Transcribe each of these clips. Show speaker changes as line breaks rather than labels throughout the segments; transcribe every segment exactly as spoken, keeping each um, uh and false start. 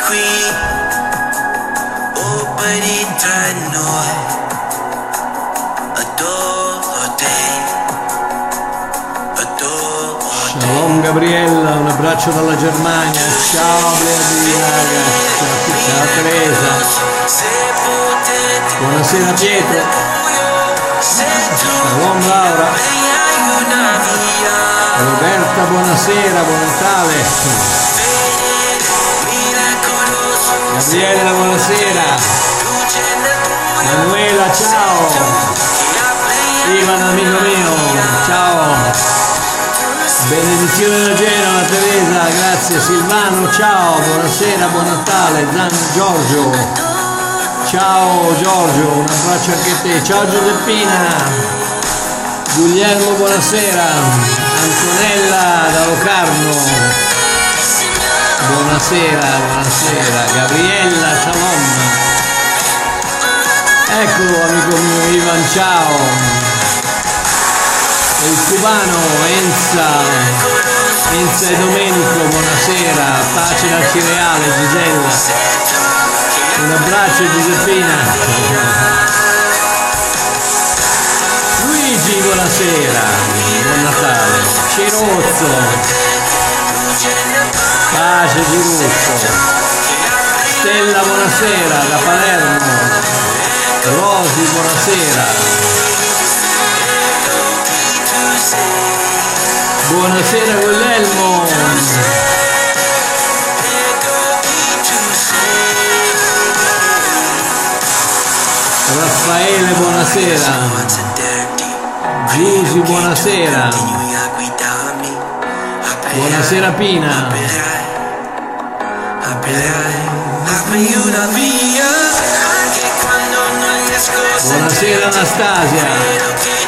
qui, operi tra noi, adoro te, adoro te.
Shalom Gabriella, un abbraccio dalla Germania, ciao Beatrice, ciao Teresa, buonasera Pietro, shalom Laura, Roberta buonasera, buon Natale, Gabriella buonasera, Manuela ciao, Ivan amico mio, ciao. Benedizione da Genova, Teresa, grazie. Silvano, ciao, buonasera, buon Natale. Zan Giorgio, ciao Giorgio, un abbraccio anche a te. Ciao Giuseppina, Guglielmo, buonasera. Antonella da Locarno, buonasera, buonasera. Gabriella, shalom. Eccolo, amico mio Ivan, ciao. Il cubano, Enza, Enza e Domenico, buonasera, pace dal Cireale, Gisella, un abbraccio Giuseppina, Luigi, buonasera, buon Natale, Cirozzo, pace Giruzzo, Stella, buonasera, da Palermo, Rosi, buonasera. Buonasera Guglielmo, Raffaele buonasera, Gigi buonasera, buonasera Pina, buonasera Anastasia,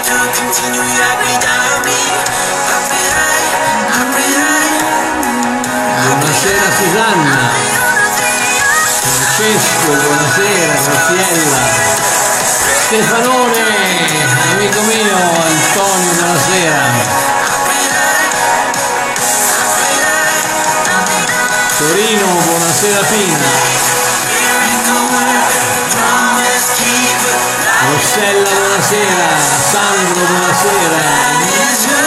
buonasera Susanna, Francesco, buonasera, Graziella, Stefanone, amico mio, Antonio, buonasera, Torino, buonasera Pina, Rossella, buonasera, Sandro, buonasera,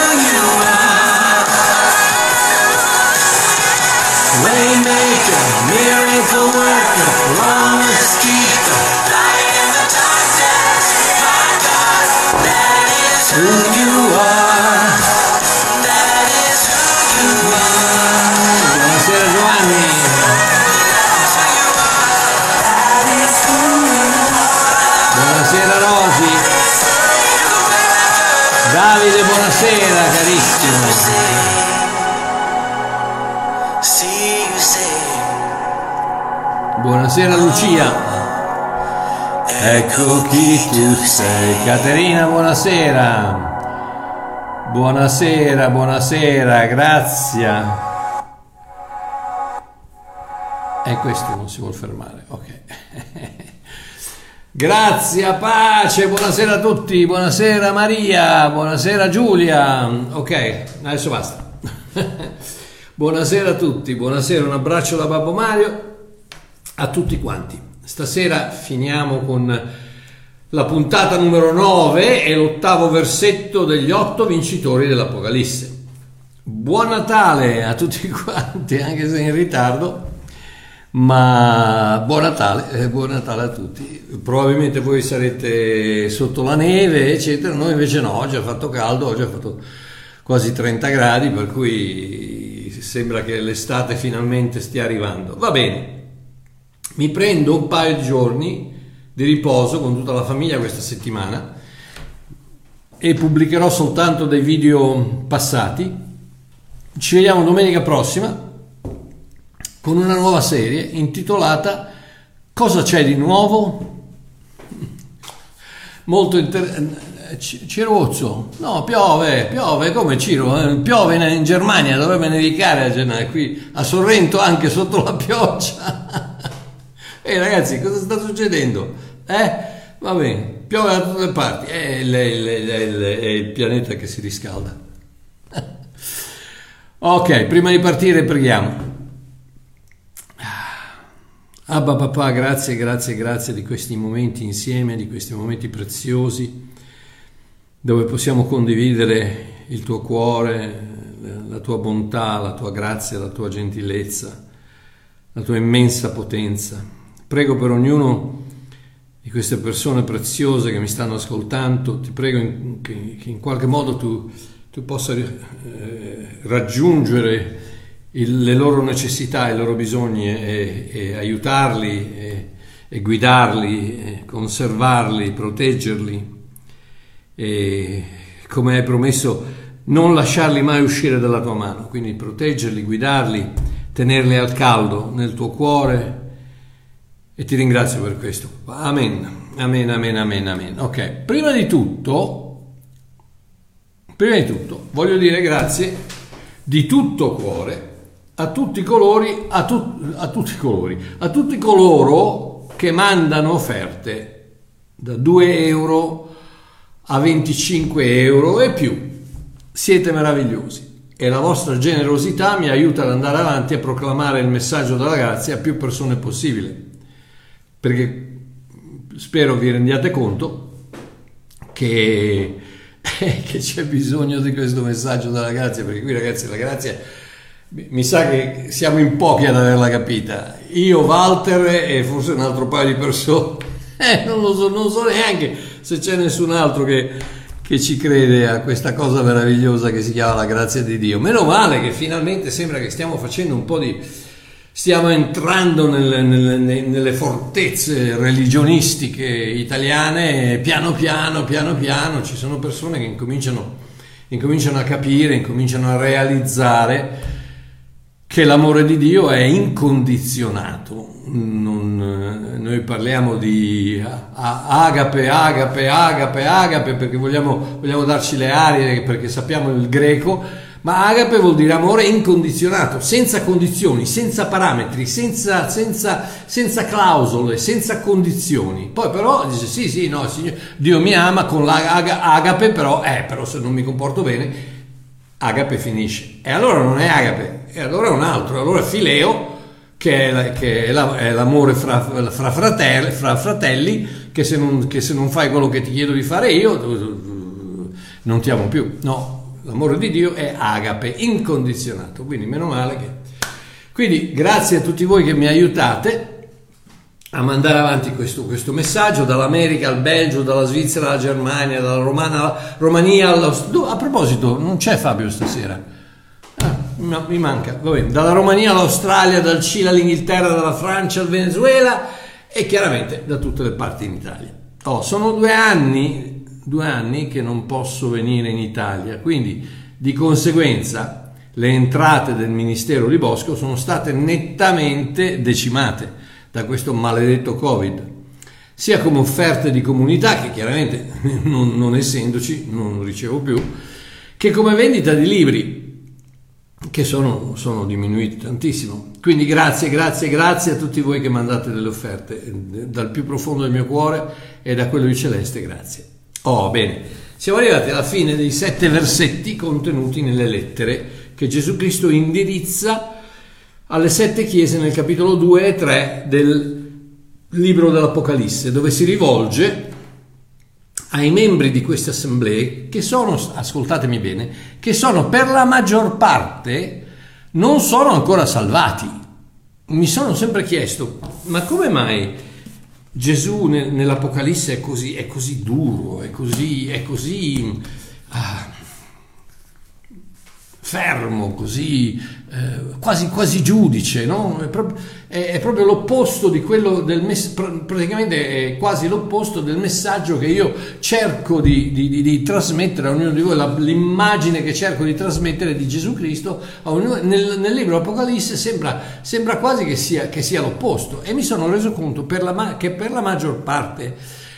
Waymaker, miracle worker, promise keeper, light in the darkness, my God, that is who you are, that is who you are. Buonasera Giovanni. Buonasera Rosi. Davide, buonasera carissimo. Buonasera Lucia, ecco chi tu sei. Caterina, buonasera, buonasera, buonasera, grazie. E questo non si vuol fermare, ok. Grazie, pace, buonasera a tutti, buonasera Maria, buonasera Giulia, ok, adesso basta. Buonasera a tutti, buonasera, un abbraccio da Babbo Mario. A tutti quanti. Stasera finiamo con la puntata numero nove e l'ottavo versetto degli otto vincitori dell'Apocalisse. Buon Natale a tutti quanti, anche se in ritardo, ma buon Natale, eh, buon Natale a tutti. Probabilmente voi sarete sotto la neve, eccetera, noi invece no, oggi ha fatto caldo, oggi ha fatto quasi trenta gradi, per cui sembra che l'estate finalmente stia arrivando. Va bene. Mi prendo un paio di giorni di riposo con tutta la famiglia questa settimana e pubblicherò soltanto dei video passati. Ci vediamo domenica prossima con una nuova serie intitolata Cosa c'è di nuovo? Molto interessante. Cirozzo, no, piove, piove, come Ciro? Eh? Piove in, in Germania, dovrebbe nevicare a gennaio, qui a Sorrento anche sotto la pioggia. Ehi ragazzi, cosa sta succedendo? Eh? Va bene, piove da tutte le parti, è il, il, il, è il pianeta che si riscalda. Ok, prima di partire preghiamo. Abba papà, grazie, grazie, grazie di questi momenti insieme, di questi momenti preziosi, dove possiamo condividere il tuo cuore, la tua bontà, la tua grazia, la tua gentilezza, la tua immensa potenza. Prego per ognuno di queste persone preziose che mi stanno ascoltando, ti prego in, che, che in qualche modo tu, tu possa eh, raggiungere il, le loro necessità, i loro bisogni e, e aiutarli e, e guidarli, e conservarli, proteggerli e, come hai promesso, non lasciarli mai uscire dalla tua mano, quindi proteggerli, guidarli, tenerli al caldo nel tuo cuore, e ti ringrazio per questo. Amen, amen, amen, amen, amen. Ok, prima di tutto, prima di tutto voglio dire grazie di tutto cuore a tutti colori, a, tu, a tutti i colori, a tutti coloro che mandano offerte da due euro a venticinque euro e più. Siete meravigliosi e la vostra generosità mi aiuta ad andare avanti e a proclamare il messaggio della grazia a più persone possibile, perché spero vi rendiate conto che, che c'è bisogno di questo messaggio della grazia, perché qui, ragazzi, la grazia mi sa che siamo in pochi ad averla capita. Io, Walter e forse un altro paio di persone, eh, non lo so, non so neanche se c'è nessun altro che, che ci crede a questa cosa meravigliosa che si chiama la grazia di Dio. Meno male che finalmente sembra che stiamo facendo un po' di... stiamo entrando nelle, nelle, nelle fortezze religionistiche italiane, piano piano, piano piano, ci sono persone che incominciano, incominciano a capire, incominciano a realizzare che l'amore di Dio è incondizionato. Non, noi parliamo di agape, agape, agape, agape perché vogliamo, vogliamo darci le arie, perché sappiamo il greco, ma agape vuol dire amore incondizionato, senza condizioni, senza parametri, senza, senza, senza clausole, senza condizioni. Poi però dice sì, sì, no, Signore, Dio mi ama con l'agape, però, eh, però se non mi comporto bene, agape finisce. E allora non è agape, e allora è un altro, allora è fileo, che è, che è, la, è l'amore fra, fra, fratelli, fra fratelli, che se, non, che se non fai quello che ti chiedo di fare io, non ti amo più. No, l'amore di Dio è agape, incondizionato, quindi meno male che... Quindi grazie a tutti voi che mi aiutate a mandare avanti questo, questo messaggio, dall'America al Belgio, dalla Svizzera alla Germania, dalla Romana, Romania alla... A proposito, non c'è Fabio stasera? Ah, mi manca. Vabbè, dalla Romania all'Australia, dal Cile all'Inghilterra, dalla Francia al Venezuela e chiaramente da tutte le parti in Italia. Oh, sono due anni, due anni che non posso venire in Italia, quindi di conseguenza le entrate del Ministero di Bosco sono state nettamente decimate da questo maledetto Covid, sia come offerte di comunità, che chiaramente non, non essendoci non ricevo più, che come vendita di libri, che sono, sono diminuiti tantissimo. Quindi grazie, grazie, grazie a tutti voi che mandate delle offerte, dal più profondo del mio cuore e da quello di Celeste, grazie. Oh, bene, siamo arrivati alla fine dei sette versetti contenuti nelle lettere che Gesù Cristo indirizza alle sette chiese nel capitolo due e tre del libro dell'Apocalisse, dove si rivolge ai membri di queste assemblee che sono, ascoltatemi bene, che sono per la maggior parte non sono ancora salvati. Mi sono sempre chiesto, ma come mai Gesù nell'Apocalisse è così, è così duro, è così, è così ah, fermo, così eh, quasi, quasi giudice, no? È proprio, è, è proprio l'opposto di quello del mess- praticamente è quasi l'opposto del messaggio che io cerco di, di, di, di trasmettere a ognuno di voi, la, l'immagine che cerco di trasmettere di Gesù Cristo a ognuno, nel, nel libro Apocalisse sembra, sembra quasi che sia, che sia l'opposto, e mi sono reso conto per la, che per la maggior parte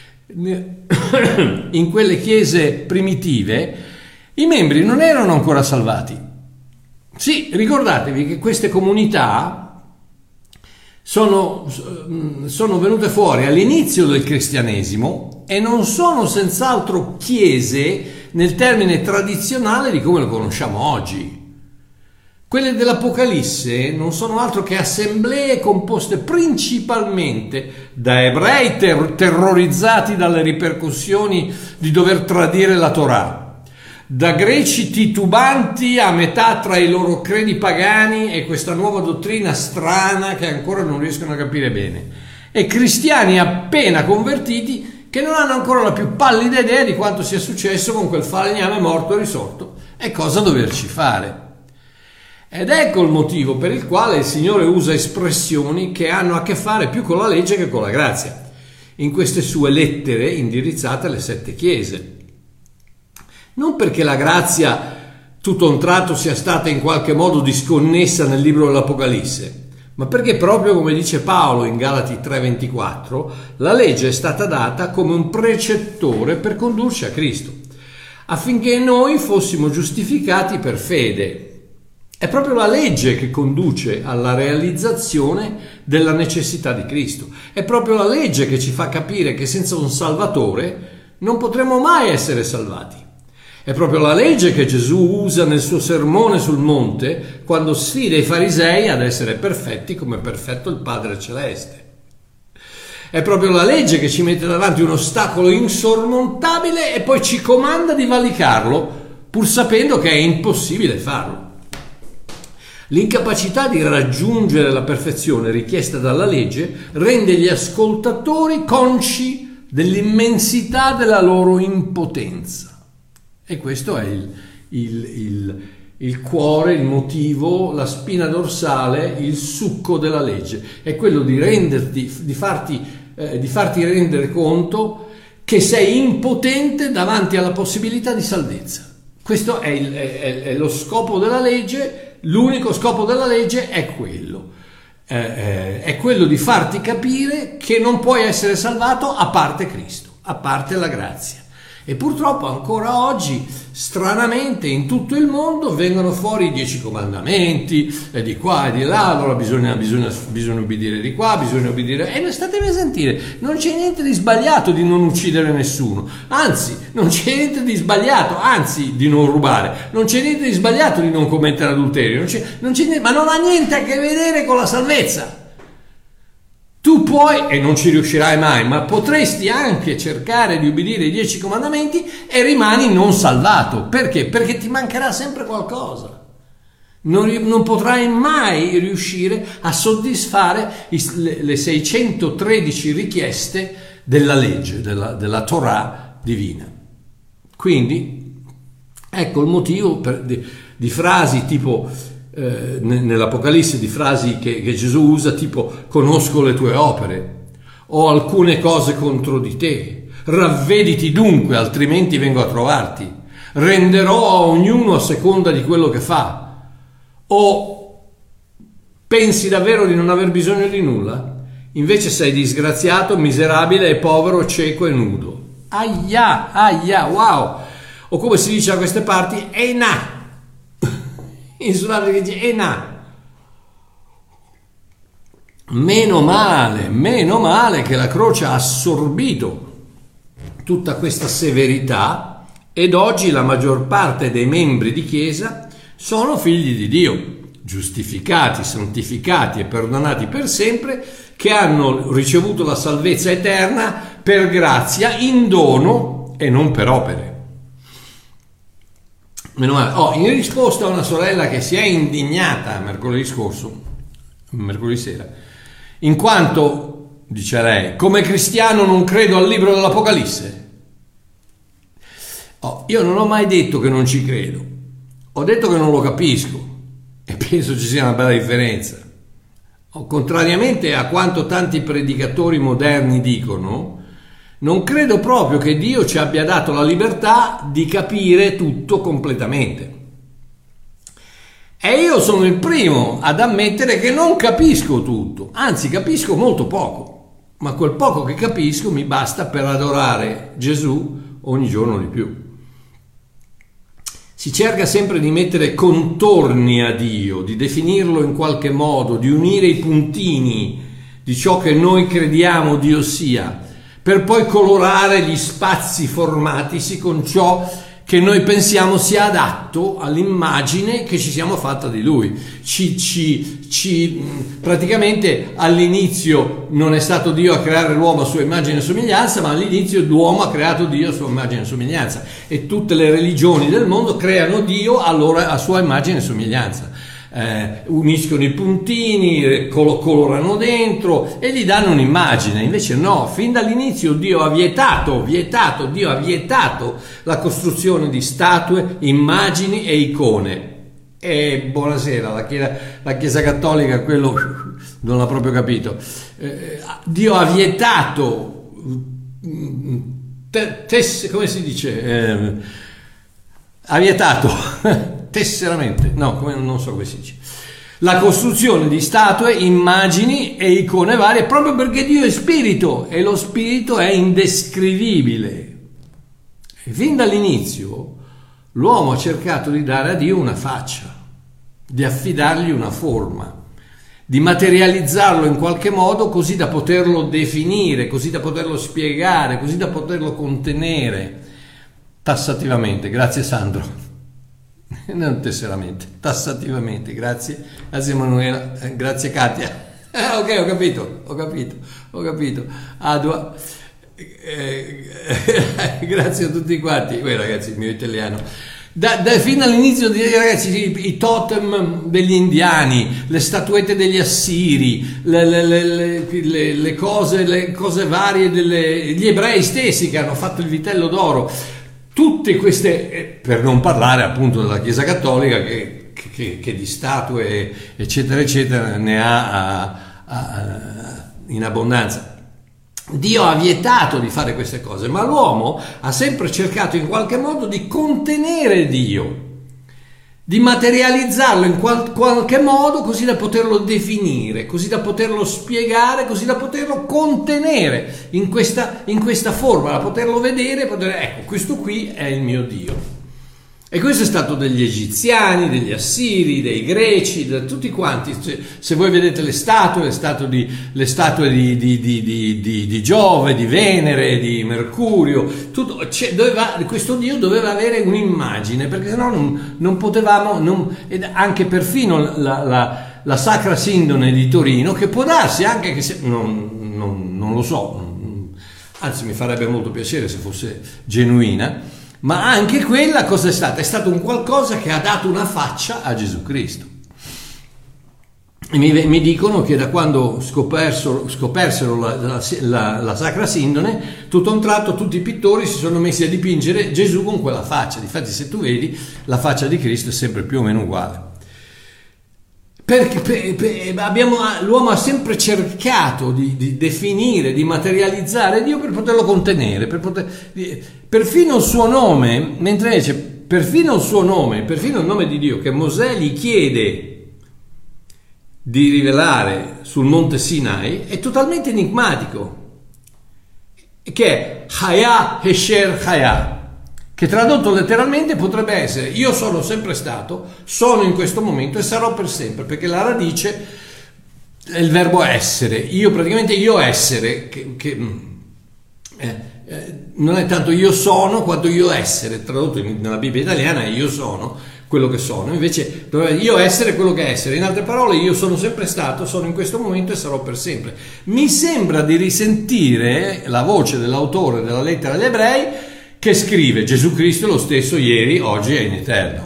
in quelle chiese primitive i membri non erano ancora salvati. Sì, ricordatevi che queste comunità sono, sono venute fuori all'inizio del cristianesimo e non sono senz'altro chiese nel termine tradizionale di come lo conosciamo oggi. Quelle dell'Apocalisse non sono altro che assemblee composte principalmente da ebrei ter- terrorizzati dalle ripercussioni di dover tradire la Torah, da greci titubanti a metà tra i loro credi pagani e questa nuova dottrina strana che ancora non riescono a capire bene, e cristiani appena convertiti che non hanno ancora la più pallida idea di quanto sia successo con quel falegname morto e risorto e cosa doverci fare. Ed ecco il motivo per il quale il Signore usa espressioni che hanno a che fare più con la legge che con la grazia in queste sue lettere indirizzate alle sette chiese. Non perché la grazia tutto a un tratto sia stata in qualche modo disconnessa nel libro dell'Apocalisse, ma perché proprio come dice Paolo in Galati tre ventiquattro, la legge è stata data come un precettore per condurci a Cristo, affinché noi fossimo giustificati per fede. È proprio la legge che conduce alla realizzazione della necessità di Cristo. È proprio la legge che ci fa capire che senza un Salvatore non potremo mai essere salvati. È proprio la legge che Gesù usa nel suo sermone sul monte quando sfida i farisei ad essere perfetti come è perfetto il Padre Celeste. È proprio la legge che ci mette davanti un ostacolo insormontabile e poi ci comanda di valicarlo, pur sapendo che è impossibile farlo. L'incapacità di raggiungere la perfezione richiesta dalla legge rende gli ascoltatori consci dell'immensità della loro impotenza. E questo è il, il, il, il cuore, il motivo, la spina dorsale, il succo della legge. È quello di renderti, di farti, eh, di farti rendere conto che sei impotente davanti alla possibilità di salvezza. Questo è, il, è, è lo scopo della legge. L'unico scopo della legge è quello, eh, eh, è quello di farti capire che non puoi essere salvato a parte Cristo, a parte la grazia. E purtroppo ancora oggi, stranamente, in tutto il mondo vengono fuori i dieci comandamenti, e di qua e di là, allora bisogna, bisogna, bisogna obbedire di qua, bisogna obbedire... E statevi a sentire, non c'è niente di sbagliato di non uccidere nessuno, anzi, non c'è niente di sbagliato, anzi, di non rubare, non c'è niente di sbagliato di non commettere adulterio, non c'è, non c'è niente, ma non ha niente a che vedere con la salvezza. Tu puoi, e non ci riuscirai mai, ma potresti anche cercare di ubbidire i dieci comandamenti e rimani non salvato. Perché? Perché ti mancherà sempre qualcosa. Non, non potrai mai riuscire a soddisfare i, le, le seicentotredici richieste della legge, della, della Torah divina. Quindi, ecco il motivo per, di, di frasi tipo... Eh, nell'Apocalisse di frasi che, che Gesù usa tipo conosco le tue opere, ho alcune cose contro di te, ravvediti dunque altrimenti vengo a trovarti, renderò a ognuno a seconda di quello che fa. O pensi davvero di non aver bisogno di nulla? Invece sei disgraziato, miserabile e povero, cieco e nudo. Aia, aia, wow. O come si dice a queste parti, Eina. In Sudafrica dice Ena. Meno male, meno male che la croce ha assorbito tutta questa severità ed oggi la maggior parte dei membri di Chiesa sono figli di Dio, giustificati, santificati e perdonati per sempre, che hanno ricevuto la salvezza eterna per grazia in dono e non per opere. Meno male. Oh, in risposta a una sorella che si è indignata mercoledì scorso, mercoledì sera, in quanto, dice lei, come cristiano non credo al libro dell'Apocalisse. Oh, io non ho mai detto che non ci credo, ho detto che non lo capisco e penso ci sia una bella differenza. Oh, contrariamente a quanto tanti predicatori moderni dicono, non credo proprio che Dio ci abbia dato la libertà di capire tutto completamente. E io sono il primo ad ammettere che non capisco tutto, anzi capisco molto poco, ma quel poco che capisco mi basta per adorare Gesù ogni giorno di più. Si cerca sempre di mettere contorni a Dio, di definirlo in qualche modo, di unire i puntini di ciò che noi crediamo Dio sia, per poi colorare gli spazi formatisi con ciò che noi pensiamo sia adatto all'immagine che ci siamo fatta di lui. Ci, ci, ci, praticamente all'inizio non è stato Dio a creare l'uomo a sua immagine e somiglianza, ma all'inizio l'uomo ha creato Dio a sua immagine e somiglianza, e tutte le religioni del mondo creano Dio a, loro, a sua immagine e somiglianza. Eh, uniscono i puntini, col- colorano dentro e gli danno un'immagine. Invece no, fin dall'inizio Dio ha vietato, vietato, Dio ha vietato la costruzione di statue, immagini e icone. E buonasera, la Chiesa, la Chiesa Cattolica quello non l'ha proprio capito. Eh, Dio ha vietato, te, tess, come si dice? Eh, ha vietato tesseramente, no, come, non so come si dice, la costruzione di statue, immagini e icone varie, proprio perché Dio è spirito e lo spirito è indescrivibile. E fin dall'inizio l'uomo ha cercato di dare a Dio una faccia, di affidargli una forma, di materializzarlo in qualche modo così da poterlo definire, così da poterlo spiegare, così da poterlo contenere tassativamente. Grazie Sandro. Non tesseramente, tassativamente. Grazie, grazie Emanuela, eh, grazie Katia. Eh, ok, ho capito, ho capito, ho capito. Adua, eh, eh, grazie a tutti quanti. Uè, ragazzi, il mio italiano. Da, da, fino all'inizio, di, ragazzi, i, i totem degli indiani, le statuette degli assiri, le, le, le, le, le, cose, le cose varie delle, gli ebrei stessi che hanno fatto il vitello d'oro. Tutte queste, per non parlare appunto della Chiesa Cattolica che, che, che di statue eccetera eccetera ne ha a, a, in abbondanza. Dio ha vietato di fare queste cose, ma l'uomo ha sempre cercato in qualche modo di contenere Dio, di materializzarlo in qual- qualche modo così da poterlo definire, così da poterlo spiegare, così da poterlo contenere in questa, in questa forma, da poterlo vedere, poter, ecco, questo qui è il mio Dio. E questo è stato degli egiziani, degli assiri, dei greci, da tutti quanti. Se voi vedete le statue, le statue di, le statue di, di, di, di, di, di Giove, di Venere, di Mercurio, tutto, doveva, questo Dio doveva avere un'immagine, perché sennò non, non potevamo, non, ed anche perfino la, la, la Sacra Sindone di Torino, che può darsi anche che se, non, non, non lo so, anzi mi farebbe molto piacere se fosse genuina, ma anche quella cosa è stata? È stato un qualcosa che ha dato una faccia a Gesù Cristo. E mi, mi dicono che da quando scopersero, scopersero la, la, la, la Sacra Sindone, tutto a un tratto tutti i pittori si sono messi a dipingere Gesù con quella faccia. Difatti se tu vedi, la faccia di Cristo è sempre più o meno uguale. Perché per, per, abbiamo, l'uomo ha sempre cercato di, di definire, di materializzare Dio per poterlo contenere, per poter, perfino il suo nome, mentre invece perfino il suo nome, perfino il nome di Dio che Mosè gli chiede di rivelare sul monte Sinai è totalmente enigmatico, che è Haya Hesher Haya, che tradotto letteralmente potrebbe essere io sono sempre stato, sono in questo momento e sarò per sempre, perché la radice è il verbo essere. Io praticamente io essere, che, che eh, eh, non è tanto io sono quanto io essere, tradotto in, nella Bibbia italiana è io sono quello che sono, invece io essere quello che essere. In altre parole, io sono sempre stato, sono in questo momento e sarò per sempre. Mi sembra di risentire la voce dell'autore della lettera agli ebrei che scrive Gesù Cristo è lo stesso ieri, oggi e in eterno.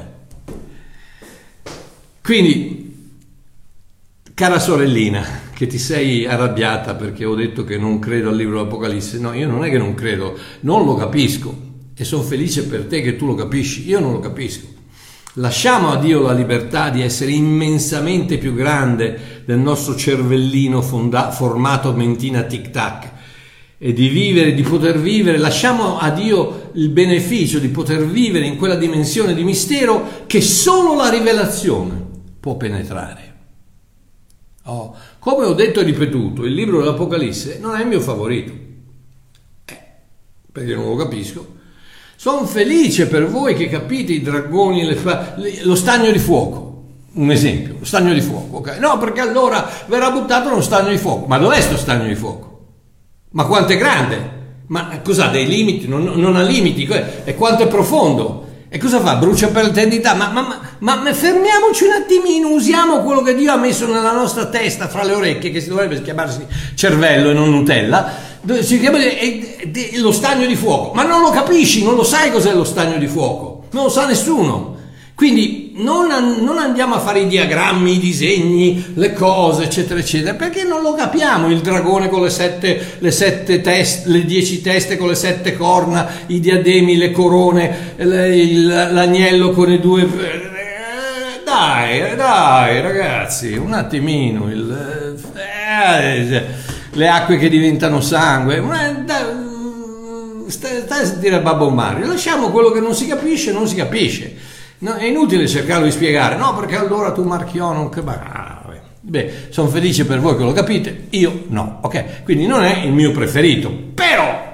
Quindi, cara sorellina, che ti sei arrabbiata perché ho detto che non credo al libro dell'Apocalisse, no, io non è che non credo, non lo capisco e sono felice per te che tu lo capisci, io non lo capisco. Lasciamo a Dio la libertà di essere immensamente più grande del nostro cervellino fonda- formato mentina tic tac, e di vivere, di poter vivere, lasciamo a Dio il beneficio di poter vivere in quella dimensione di mistero che solo la rivelazione può penetrare. Oh, come ho detto e ripetuto, il libro dell'Apocalisse non è il mio favorito, eh, perché non lo capisco. Sono felice per voi che capite i dragoni, le fa- lo stagno di fuoco, un esempio, lo stagno di fuoco, ok? No, perché allora verrà buttato uno stagno di fuoco, ma dov'è sto stagno di fuoco? Ma quanto è grande? Ma cos'ha dei limiti? Non, non ha limiti. E quanto è profondo? E cosa fa? Brucia per l'eternità? Ma, ma, ma, ma, ma fermiamoci un attimino, usiamo quello che Dio ha messo nella nostra testa, fra le orecchie, che si dovrebbe chiamarsi cervello e non Nutella, si chiama lo stagno di fuoco. Ma non lo capisci, non lo sai cos'è lo stagno di fuoco, non lo sa nessuno. Quindi non, non andiamo a fare i diagrammi, i disegni, le cose, eccetera, eccetera, perché non lo capiamo. Il dragone con le sette, le sette teste, le dieci teste con le sette corna, i diademi, le corone, le, il, l'agnello con i due... Dai, dai, ragazzi, un attimino, il, eh, le acque che diventano sangue... Stai, stai a sentire Babbo Mario, lasciamo quello che non si capisce, non si capisce. No, è inutile cercarlo di spiegare, no, perché allora tu Marchiò non che... Ah, beh, sono felice per voi che lo capite, io no, ok? Quindi non è il mio preferito, però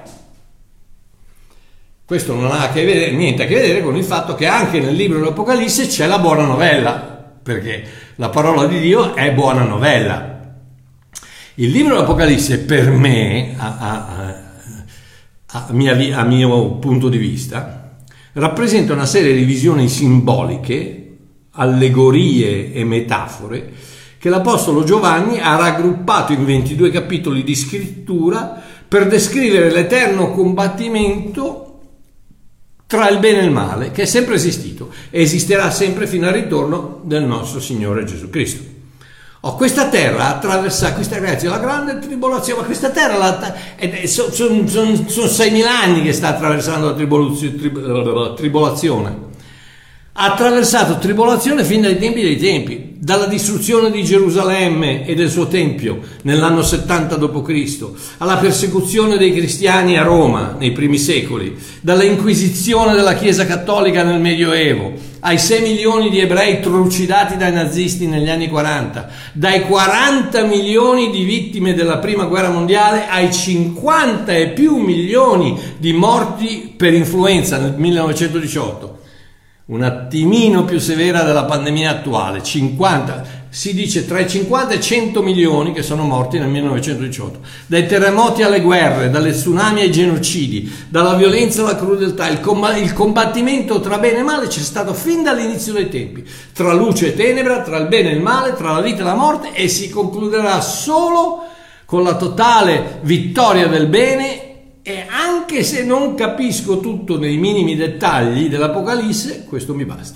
questo non ha a che vedere, niente a che vedere con il fatto che anche nel libro dell'Apocalisse c'è la buona novella, perché la parola di Dio è buona novella. Il libro dell'Apocalisse per me, a, a, a, a, mia, a mio punto di vista, rappresenta una serie di visioni simboliche, allegorie e metafore che l'Apostolo Giovanni ha raggruppato in ventidue capitoli di scrittura per descrivere l'eterno combattimento tra il bene e il male che è sempre esistito e esisterà sempre fino al ritorno del nostro Signore Gesù Cristo. Oh, questa terra attraversa, questa ragazzi, la grande tribolazione, ma questa terra la, sono son, son, son seimila anni che sta attraversando la tribolazione, trib, tribolazione. Ha attraversato tribolazione fin dai tempi dei tempi, dalla distruzione di Gerusalemme e del suo tempio nell'anno settanta dopo Cristo, alla persecuzione dei cristiani a Roma nei primi secoli, dalla inquisizione della Chiesa cattolica nel Medioevo, ai sei milioni di ebrei trucidati dai nazisti negli anni quaranta, dai quaranta milioni di vittime della prima guerra mondiale ai cinquanta e più milioni di morti per influenza nel millenovecentodiciotto. Un attimino più severa della pandemia attuale, cinquanta, si dice tra i cinquanta e cento milioni che sono morti nel millenovecentodiciotto, dai terremoti alle guerre, dalle tsunami ai genocidi, dalla violenza alla crudeltà. Il, com- il combattimento tra bene e male c'è stato fin dall'inizio dei tempi, tra luce e tenebra, tra il bene e il male, tra la vita e la morte, e si concluderà solo con la totale vittoria del bene. E anche se non capisco tutto nei minimi dettagli dell'Apocalisse, questo mi basta.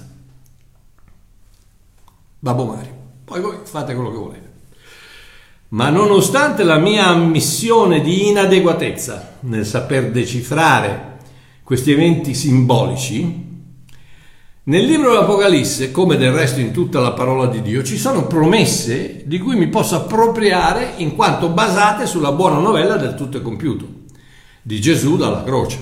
Babbo Mario, poi voi fate quello che volete. Ma nonostante la mia ammissione di inadeguatezza nel saper decifrare questi eventi simbolici, nel libro dell'Apocalisse, come del resto in tutta la parola di Dio, ci sono promesse di cui mi posso appropriare in quanto basate sulla buona novella del tutto è compiuto di Gesù dalla croce.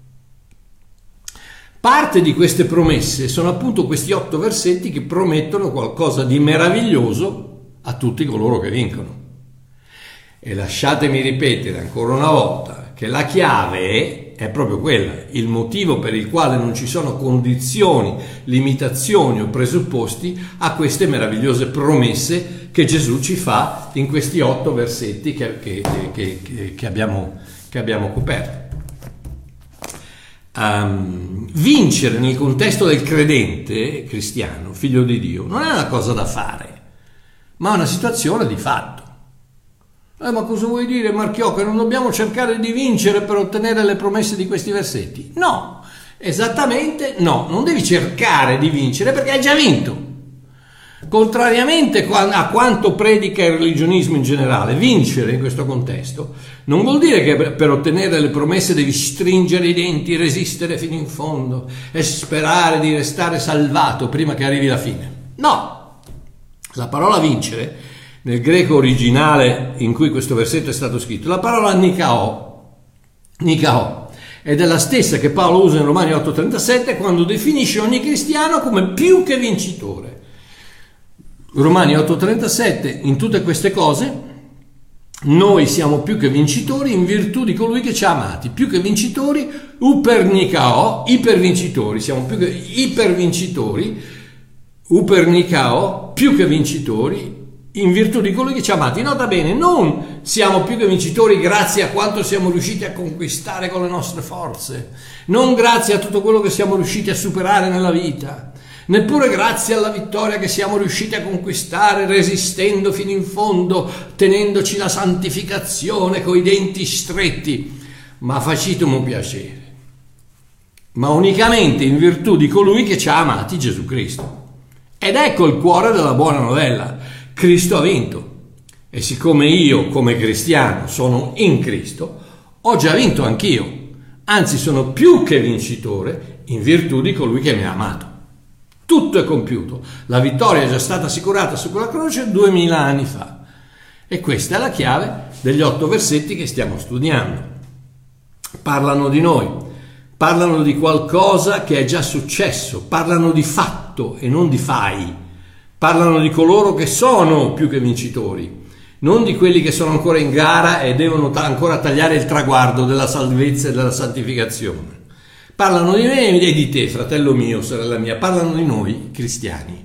Parte di queste promesse sono appunto questi otto versetti che promettono qualcosa di meraviglioso a tutti coloro che vincono. E lasciatemi ripetere ancora una volta che la chiave è proprio quella, il motivo per il quale non ci sono condizioni, limitazioni o presupposti a queste meravigliose promesse che Gesù ci fa in questi otto versetti che, che, che, che, che abbiamo che abbiamo coperto. Um, vincere nel contesto del credente cristiano, figlio di Dio, non è una cosa da fare, ma una situazione di fatto. Eh, ma cosa vuoi dire, Marchiò, che non dobbiamo cercare di vincere per ottenere le promesse di questi versetti? No, esattamente no, non devi cercare di vincere perché hai già vinto. Contrariamente a quanto predica il religionismo in generale, vincere in questo contesto non vuol dire che per ottenere le promesse devi stringere i denti, resistere fino in fondo e sperare di restare salvato prima che arrivi la fine. No, la parola vincere nel greco originale in cui questo versetto è stato scritto, la parola nikao, nikao ed è la stessa che Paolo usa in Romani otto trentasette quando definisce ogni cristiano come più che vincitore. Romani otto trentasette, in tutte queste cose noi siamo più che vincitori in virtù di colui che ci ha amati, più che vincitori, upernikao, ipervincitori, siamo più che ipervincitori, upernikao, più che vincitori, in virtù di colui che ci ha amati. Nota bene, non siamo più che vincitori grazie a quanto siamo riusciti a conquistare con le nostre forze, non grazie a tutto quello che siamo riusciti a superare nella vita, neppure grazie alla vittoria che siamo riusciti a conquistare resistendo fino in fondo, tenendoci la santificazione coi denti stretti, ma facitemo piacere, ma unicamente in virtù di colui che ci ha amati, Gesù Cristo. Ed ecco il cuore della buona novella: Cristo ha vinto, e siccome io come cristiano sono in Cristo, ho già vinto anch'io, anzi sono più che vincitore in virtù di colui che mi ha amato. Tutto è compiuto, la vittoria è già stata assicurata su quella croce duemila anni fa, e questa è la chiave degli otto versetti che stiamo studiando. Parlano di noi, parlano di qualcosa che è già successo, parlano di fatto e non di fai. Parlano di coloro che sono più che vincitori, non di quelli che sono ancora in gara e devono ta- ancora tagliare il traguardo della salvezza e della santificazione. Parlano di me e di te, fratello mio, sorella mia, parlano di noi cristiani.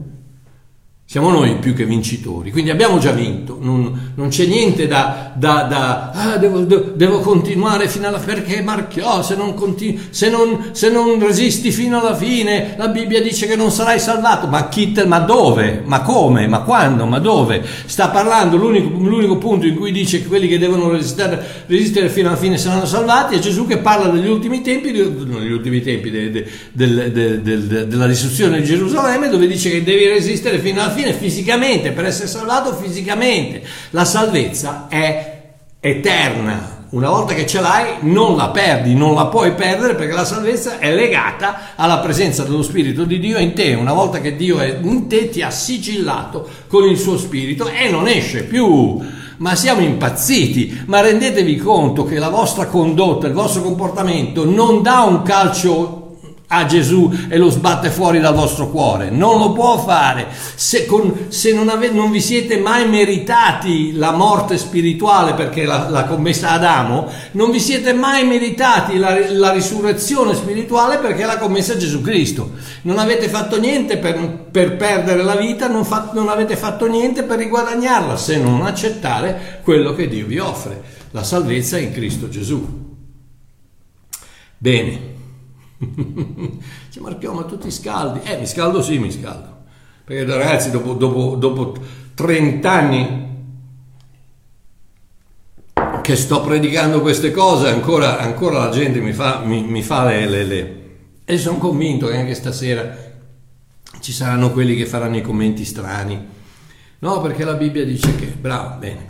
Siamo noi più che vincitori, quindi abbiamo già vinto, non, non c'è niente da, da, da ah, devo, devo continuare fino alla perché Marchiò, se non, continu, se, non, se non resisti fino alla fine, la Bibbia dice che non sarai salvato. Ma chi te, ma dove? Ma come? Ma quando? Ma dove? Sta parlando, l'unico, l'unico punto in cui dice che quelli che devono resistere, resistere fino alla fine saranno salvati, è Gesù che parla degli ultimi tempi, degli ultimi tempi de, de, de, de, de, de, della distruzione di Gerusalemme, dove dice che devi resistere fino alla fine fisicamente, per essere salvato fisicamente. La salvezza è eterna, una volta che ce l'hai non la perdi, non la puoi perdere, perché la salvezza è legata alla presenza dello Spirito di Dio in te. Una volta che Dio è in te, ti ha sigillato con il suo Spirito e non esce più. Ma siamo impazziti, ma rendetevi conto che la vostra condotta, il vostro comportamento non dà un calcio a Gesù e lo sbatte fuori dal vostro cuore, non lo può fare. Se, con, se non, ave, non vi siete mai meritati la morte spirituale perché l'ha, l'ha commessa Adamo, non vi siete mai meritati la, la risurrezione spirituale perché l'ha commessa Gesù Cristo. Non avete fatto niente per, per perdere la vita, non, fa, non avete fatto niente per riguadagnarla, se non accettare quello che Dio vi offre, la salvezza in Cristo Gesù. Bene. C'è Marchiò, ma tu ti scaldi? Eh, mi scaldo, sì, mi scaldo, perché ragazzi, dopo, dopo, dopo trenta anni che sto predicando queste cose, ancora, ancora la gente mi fa, mi, mi fa le, le, le e sono convinto che anche stasera ci saranno quelli che faranno i commenti strani. No, perché la Bibbia dice che, bravo, bene,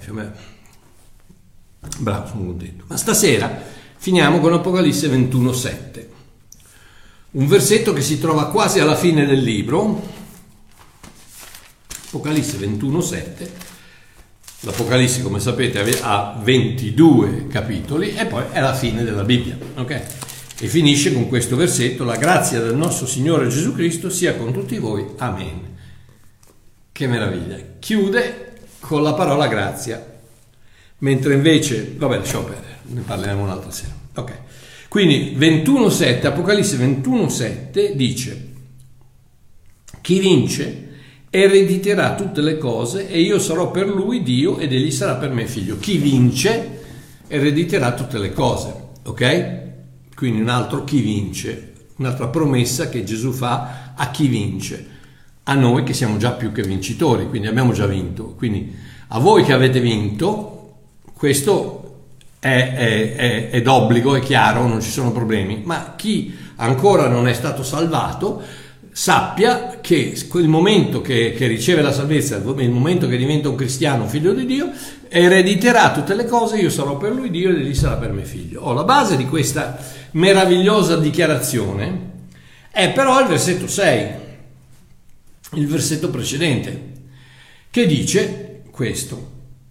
bravo, sono contento. Ma stasera finiamo con Apocalisse ventuno sette. Un versetto che si trova quasi alla fine del libro, Apocalisse ventuno sette. L'Apocalisse, come sapete, ha ventidue capitoli e poi è la fine della Bibbia, ok? E finisce con questo versetto: la grazia del nostro Signore Gesù Cristo sia con tutti voi, amen. Che meraviglia! Chiude con la parola grazia, mentre invece, vabbè, lasciamo perdere, ne parleremo un'altra sera, ok? Quindi ventuno sette, Apocalisse ventuno sette dice: chi vince erediterà tutte le cose e io sarò per lui Dio ed egli sarà per me figlio. Chi vince erediterà tutte le cose, ok? Quindi un altro chi vince, un'altra promessa che Gesù fa a chi vince, a noi che siamo già più che vincitori, quindi abbiamo già vinto. Quindi a voi che avete vinto, questo È, è, è, è d'obbligo, è chiaro, non ci sono problemi, ma chi ancora non è stato salvato sappia che quel momento che, che riceve la salvezza, il momento che diventa un cristiano, un figlio di Dio, erediterà tutte le cose, io sarò per lui Dio ed egli sarà per me figlio. Oh, la base di questa meravigliosa dichiarazione è però il versetto sei, il versetto precedente, che dice questo: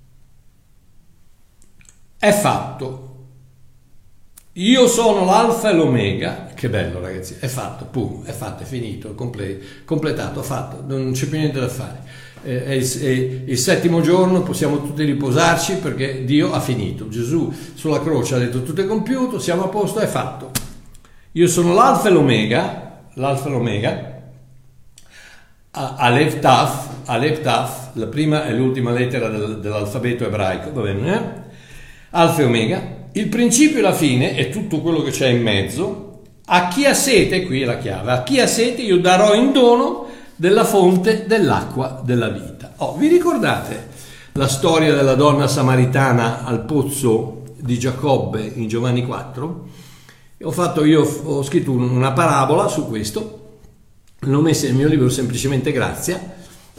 è fatto, io sono l'alfa e l'omega. Che bello, ragazzi, è fatto, pum, è fatto, è finito, è comple- completato, fatto, non c'è più niente da fare. Eh, è, il, è il settimo giorno, possiamo tutti riposarci perché Dio ha finito. Gesù sulla croce ha detto tutto è compiuto, siamo a posto, è fatto. Io sono l'alfa e l'omega, l'alfa e l'omega, Aleph Taf, Aleph Taf, la prima e l'ultima lettera del, dell'alfabeto ebraico, va bene? Eh? Alfa e Omega, il principio e la fine è tutto quello che c'è in mezzo. A chi ha sete, qui è la chiave, a chi ha sete io darò in dono della fonte dell'acqua della vita. Oh, vi ricordate la storia della donna samaritana al pozzo di Giacobbe in Giovanni quattro? Ho fatto, io ho scritto una parabola su questo, l'ho messa nel mio libro Semplicemente Grazia.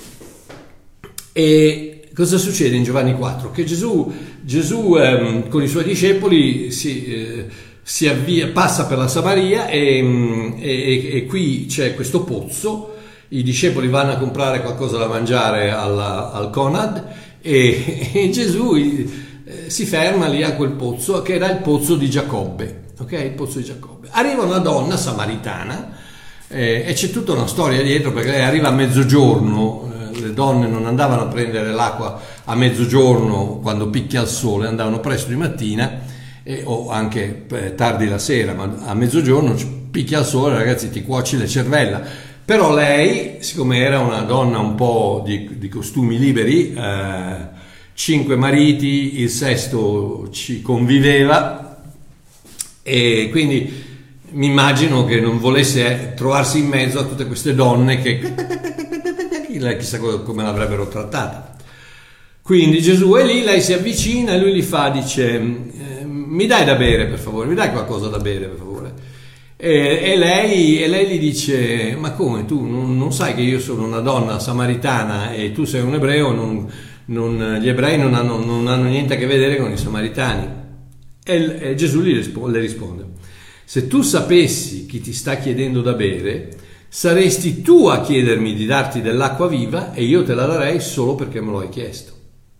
E cosa succede in Giovanni quattro? Che Gesù, Gesù ehm, con i suoi discepoli si, eh, si avvia, passa per la Samaria e, e, e qui c'è questo pozzo, i discepoli vanno a comprare qualcosa da mangiare alla, al Conad e, e Gesù eh, si ferma lì a quel pozzo che era il pozzo di Giacobbe, ok? Il pozzo di Giacobbe. Arriva una donna samaritana eh, e c'è tutta una storia dietro perché lei arriva a mezzogiorno. Le donne non andavano a prendere l'acqua a mezzogiorno quando picchia il sole, andavano presto di mattina eh, o anche eh, tardi la sera, ma a mezzogiorno picchia il sole, ragazzi, ti cuoci le cervella. Però lei, siccome era una donna un po' di, di costumi liberi, eh, cinque mariti, il sesto ci conviveva e quindi mi immagino che non volesse trovarsi in mezzo a tutte queste donne che lei chissà come l'avrebbero trattata. Quindi Gesù è lì, lei si avvicina e lui gli fa, dice eh, mi dai da bere per favore, mi dai qualcosa da bere per favore. E, e, lei, e lei gli dice ma come, tu non, non sai che io sono una donna samaritana e tu sei un ebreo, non, non, gli ebrei non hanno, non hanno niente a che vedere con i samaritani. E, e Gesù gli risponde, le risponde, se tu sapessi chi ti sta chiedendo da bere, saresti tu a chiedermi di darti dell'acqua viva e io te la darei solo perché me lo hai chiesto.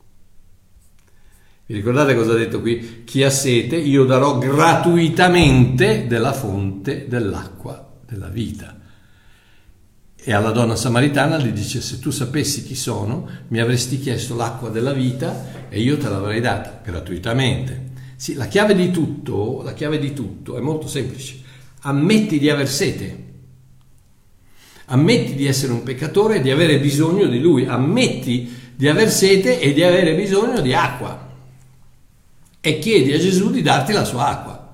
Vi ricordate cosa ha detto qui? Chi ha sete io darò gratuitamente della fonte dell'acqua della vita. E alla donna samaritana gli dice se tu sapessi chi sono mi avresti chiesto l'acqua della vita e io te l'avrei data gratuitamente. Sì, la chiave di tutto, la chiave di tutto è molto semplice. Ammetti di aver sete. Ammetti di essere un peccatore e di avere bisogno di Lui. Ammetti di aver sete e di avere bisogno di acqua. E chiedi a Gesù di darti la sua acqua.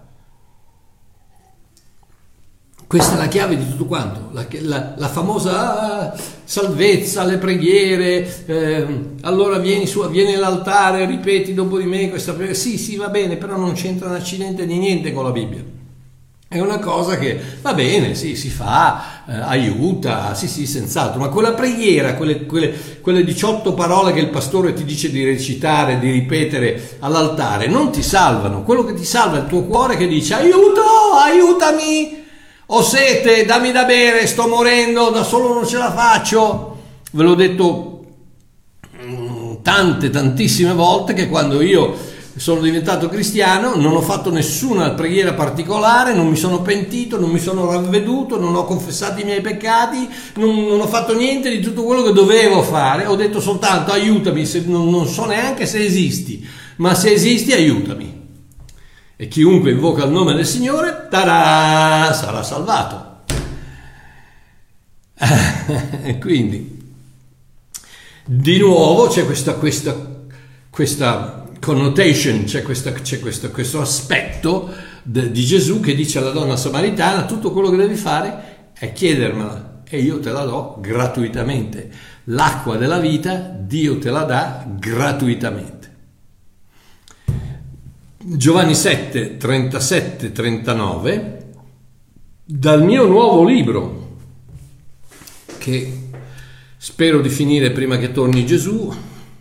Questa è la chiave di tutto quanto. La, la, la famosa ah, salvezza, le preghiere. Eh, allora vieni, su, vieni all'altare, ripeti dopo di me questa preghiera. Sì, sì, va bene, però non c'entra un accidente di niente con la Bibbia. È una cosa che va bene, sì, si fa, eh, aiuta, sì, sì, senz'altro, ma quella preghiera, quelle, quelle, quelle diciotto parole che il pastore ti dice di recitare, di ripetere all'altare, non ti salvano. Quello che ti salva è il tuo cuore che dice aiuto, aiutami, ho sete, dammi da bere, sto morendo, da solo non ce la faccio. Ve l'ho detto mh, tante, tantissime volte che quando io sono diventato cristiano, non ho fatto nessuna preghiera particolare, non mi sono pentito, non mi sono ravveduto, non ho confessato i miei peccati, non, non ho fatto niente di tutto quello che dovevo fare, ho detto soltanto aiutami, se, non, non so neanche se esisti, ma se esisti aiutami. E chiunque invoca il nome del Signore, tarà, sarà salvato. Quindi, di nuovo c'è questa, questa, questa connotation, c'è, questa, c'è questo, questo aspetto de, di Gesù che dice alla donna samaritana tutto quello che devi fare è chiedermela e io te la do gratuitamente. L'acqua della vita Dio te la dà gratuitamente. Giovanni sette, trentasette trentanove, dal mio nuovo libro che spero di finire prima che torni Gesù,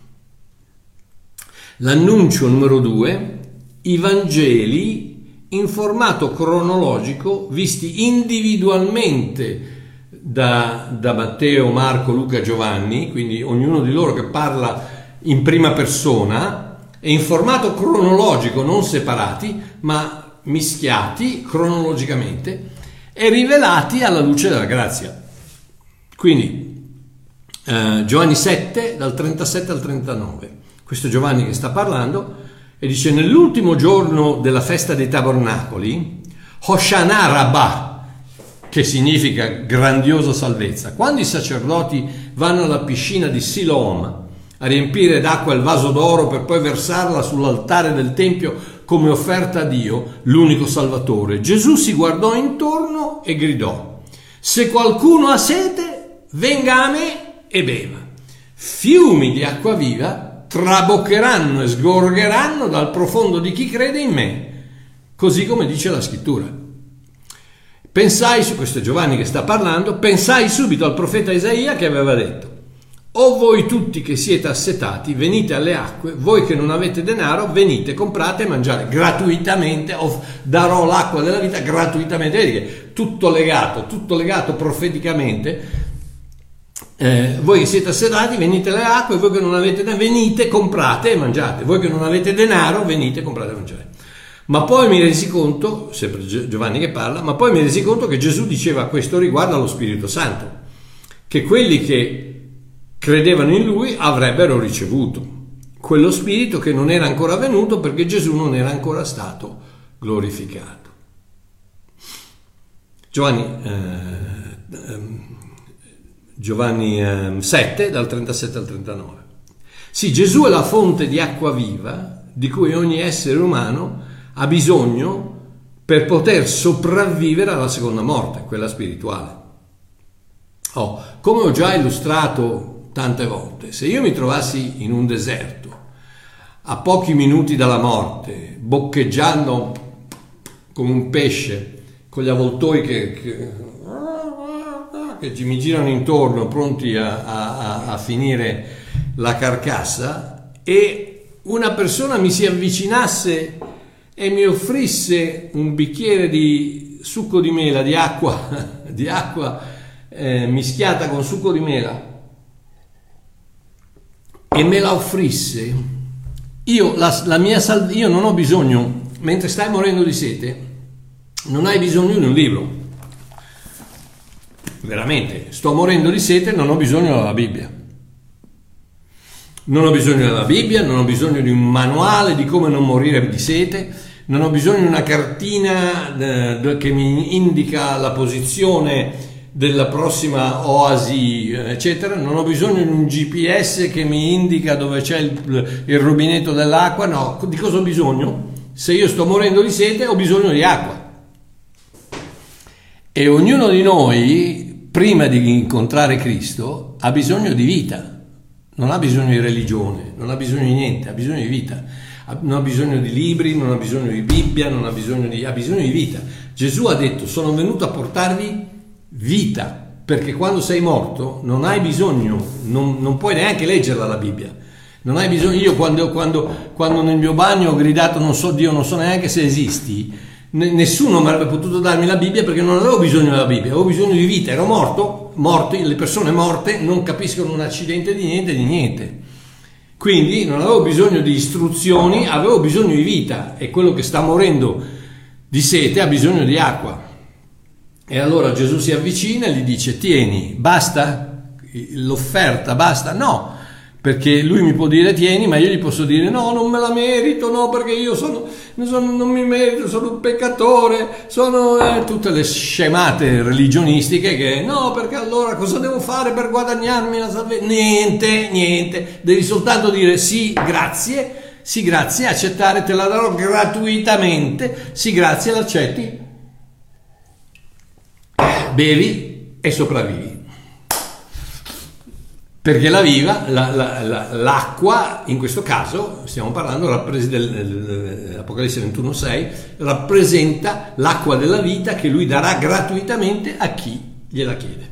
l'annuncio numero due, i Vangeli in formato cronologico visti individualmente da, da Matteo, Marco, Luca, Giovanni, quindi ognuno di loro che parla in prima persona e in formato cronologico, non separati ma mischiati cronologicamente e rivelati alla luce della grazia. Quindi eh, Giovanni sette dal trentasette al trentanove. Questo Giovanni che sta parlando e dice nell'ultimo giorno della festa dei tabernacoli Hoshana Rabbah, che che significa grandiosa salvezza. Quando i sacerdoti vanno alla piscina di Siloam a riempire d'acqua il vaso d'oro per poi versarla sull'altare del Tempio come offerta a Dio, l'unico Salvatore, Gesù si guardò intorno e gridò: se qualcuno ha sete, venga a me e beva. Fiumi di acqua viva traboccheranno e sgorgeranno dal profondo di chi crede in me, così come dice la scrittura. Pensai, su questo è Giovanni che sta parlando, pensai subito al profeta Isaia che aveva detto: o voi tutti che siete assetati, venite alle acque, voi che non avete denaro, venite, comprate e mangiare gratuitamente, o darò l'acqua della vita gratuitamente. Vedi che tutto legato, tutto legato profeticamente. Eh, voi che siete assetati, venite alle acque, voi che non avete denaro, venite, comprate e mangiate. Voi che non avete denaro, venite, comprate e mangiate. Ma poi mi resi conto, sempre Giovanni che parla, ma poi mi resi conto che Gesù diceva questo riguardo allo Spirito Santo, che quelli che credevano in lui avrebbero ricevuto quello spirito che non era ancora venuto perché Gesù non era ancora stato glorificato. Giovanni eh, Giovanni eh, sette dal trentasette al trentanove. Sì, Gesù è la fonte di acqua viva di cui ogni essere umano ha bisogno per poter sopravvivere alla seconda morte, quella spirituale. Oh, come ho già illustrato tante volte, se io mi trovassi in un deserto a pochi minuti dalla morte, boccheggiando come un pesce, con gli avvoltoi che, che, che mi girano intorno pronti a, a, a finire la carcassa, e una persona mi si avvicinasse e mi offrisse un bicchiere di succo di mela, di acqua, di acqua eh, mischiata con succo di mela, e me la offrisse, io, la, la mia sal- io non ho bisogno, mentre stai morendo di sete, non hai bisogno di un libro. Veramente, sto morendo di sete, non ho bisogno della Bibbia. Non ho bisogno della Bibbia, non ho bisogno di un manuale di come non morire di sete, non ho bisogno di una cartina eh, che mi indica la posizione della prossima oasi, eccetera. Non ho bisogno di un G P S che mi indica dove c'è il, il rubinetto dell'acqua. No, di cosa ho bisogno? Se io sto morendo di sete, ho bisogno di acqua. E ognuno di noi, prima di incontrare Cristo, ha bisogno di vita. Non ha bisogno di religione, non ha bisogno di niente, ha bisogno di vita. Non ha bisogno di libri, non ha bisogno di Bibbia, non ha bisogno di... ha bisogno di vita. Gesù ha detto: sono venuto a portarvi vita, perché quando sei morto non hai bisogno, non, non puoi neanche leggerla la Bibbia, non hai bisogno. Io quando, quando, quando nel mio bagno ho gridato non so Dio, non so neanche se esisti, n- nessuno mi avrebbe potuto darmi la Bibbia, perché non avevo bisogno della Bibbia, avevo bisogno di vita, ero morto, morti, le persone morte non capiscono un accidente di niente, di niente, quindi non avevo bisogno di istruzioni, avevo bisogno di vita, e quello che sta morendo di sete ha bisogno di acqua. E allora Gesù si avvicina e gli dice: tieni, basta? L'offerta basta? No, perché lui mi può dire tieni, ma io gli posso dire no, non me la merito, no, perché io sono, sono non mi merito, sono un peccatore, sono eh, tutte le scemate religionistiche che no, perché allora cosa devo fare per guadagnarmi la salvezza? Niente, niente, devi soltanto dire sì, grazie, sì, grazie, accettare, te la darò gratuitamente, sì, grazie, l'accetti, bevi e sopravvivi. Perché la viva, la, la, la, l'acqua, in questo caso, stiamo parlando, dell'Apocalisse ventuno sei, rappresenta l'acqua della vita che lui darà gratuitamente a chi gliela chiede.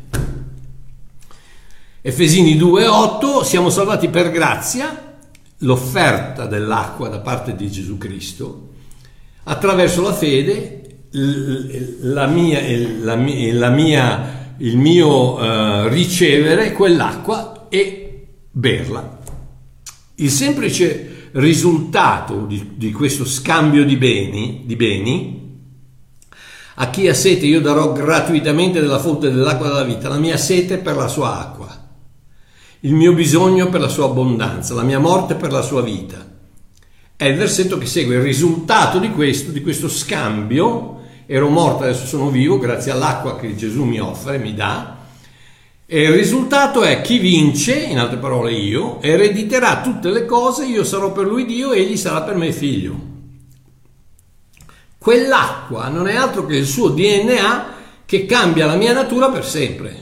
Efesini due otto, siamo salvati per grazia, l'offerta dell'acqua da parte di Gesù Cristo, attraverso la fede, la mia, la mia, la mia, il mio uh, ricevere quell'acqua e berla. Il semplice risultato di, di questo scambio di beni, di beni, a chi ha sete io darò gratuitamente della fonte dell'acqua della vita, la mia sete per la sua acqua, il mio bisogno per la sua abbondanza, la mia morte per la sua vita. È il versetto che segue. Il risultato di questo, di questo scambio ero morto, adesso sono vivo grazie all'acqua che Gesù mi offre, mi dà, e il risultato è: chi vince, in altre parole io, erediterà tutte le cose, io sarò per lui Dio e egli sarà per me figlio. Quell'acqua non è altro che il suo D N A che cambia la mia natura per sempre.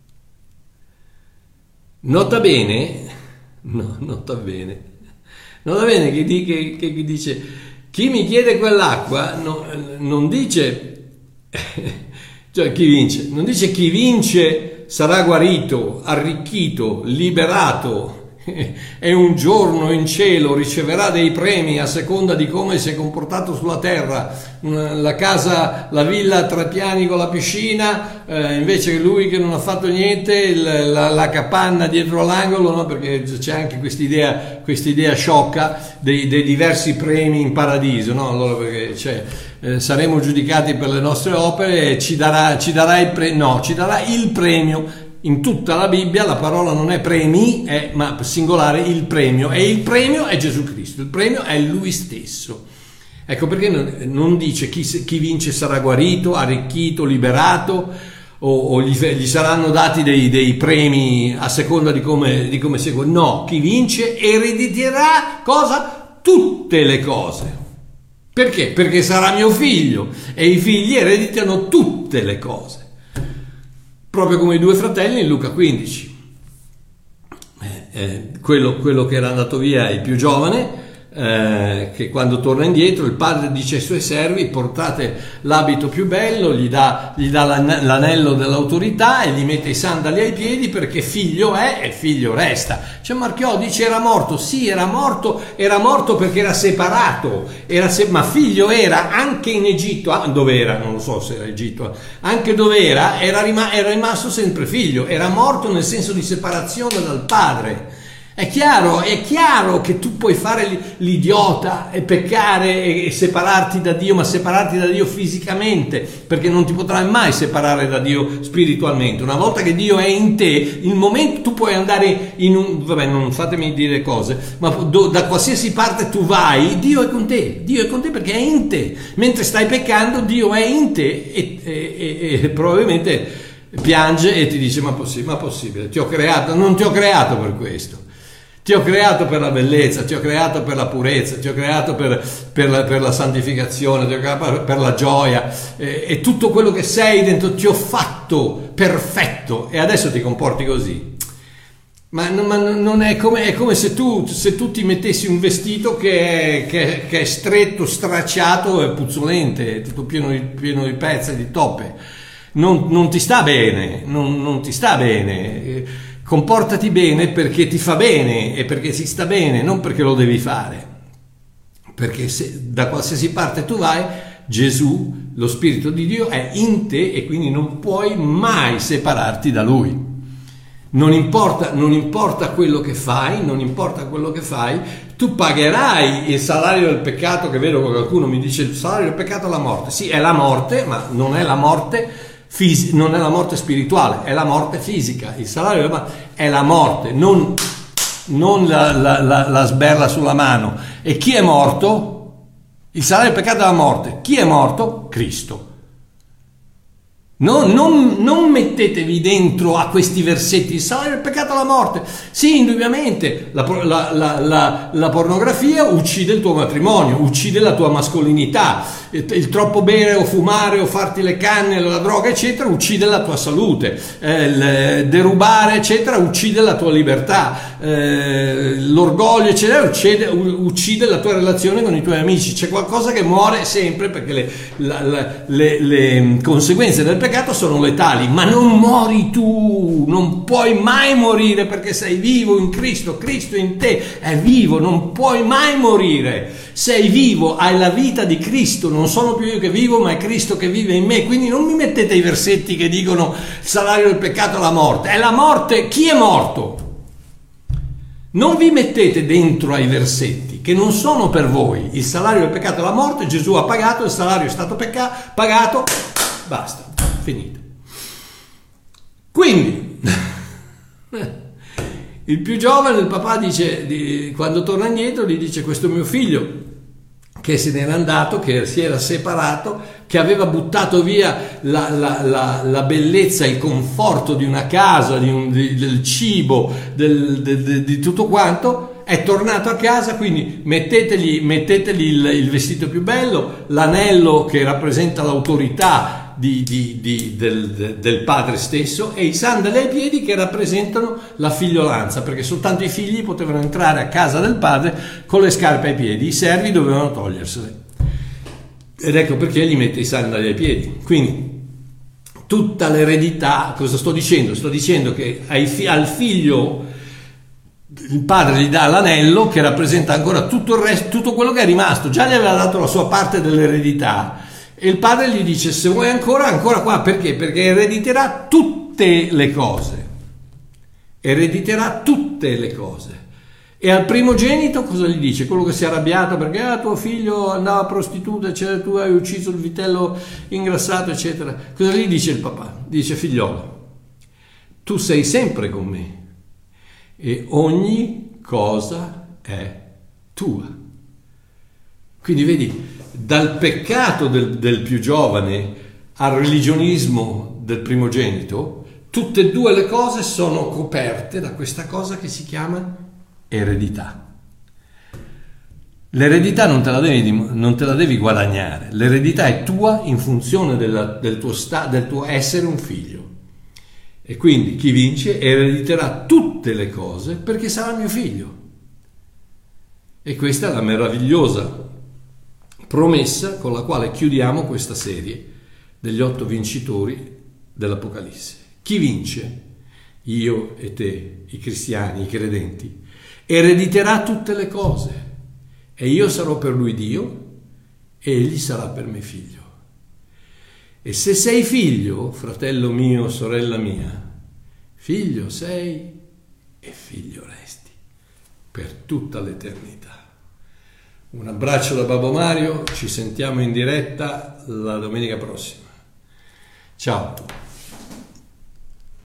Nota bene, no, nota bene, nota bene che, di, che, che dice: chi mi chiede quell'acqua no, non dice, cioè chi vince, non dice chi vince sarà guarito, arricchito, liberato e un giorno in cielo riceverà dei premi a seconda di come si è comportato sulla terra, la casa, la villa a tre piani con la piscina, eh, invece che lui che non ha fatto niente, il, la, la capanna dietro l'angolo, no? Perché c'è anche quest'idea, quest'idea sciocca dei, dei diversi premi in paradiso, no? Allora perché cioè, eh, saremo giudicati per le nostre opere e ci darà, ci darà il premio, no, ci darà il premio. In tutta la Bibbia la parola non è premi, è, ma singolare il premio, e il premio è Gesù Cristo, il premio è Lui stesso. Ecco perché non, non dice chi, chi vince sarà guarito, arricchito, liberato, o, o gli, gli saranno dati dei, dei premi a seconda di come, di come segue. No, chi vince erediterà cosa? Tutte le cose. Perché? Perché sarà mio figlio, e i figli ereditano tutte le cose. Proprio come i due fratelli in Luca quindici, eh, eh, quello, quello che era andato via, il più giovane, eh, che quando torna indietro il padre dice ai suoi servi: portate l'abito più bello, gli dà, gli dà l'anello dell'autorità e gli mette i sandali ai piedi, perché figlio è e figlio resta. Cioè Marchiò dice: era morto, sì, era morto, era morto perché era separato, era se- ma figlio era anche in Egitto, ah, dove era, non lo so se era Egitto, anche dove era, era, rim- era rimasto sempre figlio, era morto nel senso di separazione dal padre. È chiaro, è chiaro che tu puoi fare l'idiota e peccare e separarti da Dio, ma separarti da Dio fisicamente, perché non ti potrai mai separare da Dio spiritualmente. Una volta che Dio è in te, il momento tu puoi andare in un, vabbè, non fatemi dire cose, ma do, da qualsiasi parte tu vai, Dio è con te, Dio è con te perché è in te. Mentre stai peccando, Dio è in te e, e, e, e probabilmente piange e ti dice: ma possibile, ma possibile, ti ho creato, non ti ho creato per questo. Ti ho creato per la bellezza, ti ho creato per la purezza, ti ho creato per, per, la, per la santificazione, ti ho creato per la gioia, e, e tutto quello che sei dentro ti ho fatto perfetto, e adesso ti comporti così. Ma, ma non è come, è come se tu, se tu ti mettessi un vestito che è, che, che è stretto, stracciato e puzzolente, tutto pieno di, pieno di pezze, di toppe. Non, non ti sta bene, non, non ti sta bene. Comportati bene perché ti fa bene e perché si sta bene, non perché lo devi fare. Perché se da qualsiasi parte tu vai, Gesù, lo Spirito di Dio, è in te e quindi non puoi mai separarti da Lui. Non importa, non importa quello che fai, non importa quello che fai, tu pagherai il salario del peccato, che vedo che qualcuno mi dice: il salario del peccato è la morte. Sì, è la morte, ma non è la morte Fisi- non è la morte spirituale, è la morte fisica. Il salario è la morte, non, non la, la, la, la sberla sulla mano. E chi è morto? Il salario del peccato è la morte. Chi è morto? Cristo. Non, non, non mettetevi dentro a questi versetti: il salario del peccato è la morte. Sì, indubbiamente la, la, la, la, la pornografia uccide il tuo matrimonio, uccide la tua mascolinità. Il, il troppo bere o fumare o farti le canne, la droga eccetera uccide la tua salute. Eh, il derubare eccetera uccide la tua libertà. Eh, l'orgoglio eccetera uccide, uccide la tua relazione con i tuoi amici. C'è qualcosa che muore sempre, perché le, la, la, le, le conseguenze del peccato sono letali, ma non muori tu, non puoi mai morire, perché sei vivo in Cristo, Cristo in te è vivo, non puoi mai morire, sei vivo, hai la vita di Cristo, non sono più io che vivo ma è Cristo che vive in me. Quindi non mi mettete i versetti che dicono il salario del peccato è la morte. È la morte. Chi è morto? Non vi mettete dentro ai versetti che non sono per voi. Il salario del peccato è la morte, Gesù ha pagato, il salario è stato pecca- pagato, basta, finito. Quindi il più giovane, il papà dice, di, quando torna indietro, gli dice: questo mio figlio che se n'era andato, che si era separato, che aveva buttato via la, la, la, la bellezza, il conforto di una casa, di un, di, del cibo, del, de, de, di tutto quanto, è tornato a casa, quindi mettetegli, mettetegli il, il vestito più bello, l'anello che rappresenta l'autorità di, di, di, del, del padre stesso, e i sandali ai piedi che rappresentano la figliolanza, perché soltanto i figli potevano entrare a casa del padre con le scarpe ai piedi, i servi dovevano togliersele, ed ecco perché gli mette i sandali ai piedi. Quindi tutta l'eredità, cosa sto dicendo? Sto dicendo che ai fi- al figlio il padre gli dà l'anello che rappresenta ancora tutto il resto, tutto quello che è rimasto, già gli aveva dato la sua parte dell'eredità, e il padre gli dice: se vuoi ancora, ancora qua. Perché? Perché erediterà tutte le cose, erediterà tutte le cose. E al primogenito cosa gli dice? Quello che si è arrabbiato perché ah, tuo figlio andava a prostituta, eccetera, tu hai ucciso il vitello ingrassato, eccetera. Cosa gli dice il papà? Dice: figliolo, tu sei sempre con me e ogni cosa è tua. Quindi vedi, dal peccato del, del più giovane al religionismo del primogenito, tutte e due le cose sono coperte da questa cosa che si chiama eredità. L'eredità non te la devi, non te la devi guadagnare, l'eredità è tua in funzione della, del, tuo sta, del tuo essere un figlio. E quindi chi vince erediterà tutte le cose perché sarà mio figlio. E questa è la meravigliosa promessa con la quale chiudiamo questa serie degli otto vincitori dell'Apocalisse. Chi vince? Io e te, i cristiani, i credenti, erediterà tutte le cose, e io sarò per lui Dio e egli sarà per me figlio. E se sei figlio, fratello mio, sorella mia, figlio sei e figlio resti per tutta l'eternità. Un abbraccio da Babbo Mario, ci sentiamo in diretta la domenica prossima. Ciao.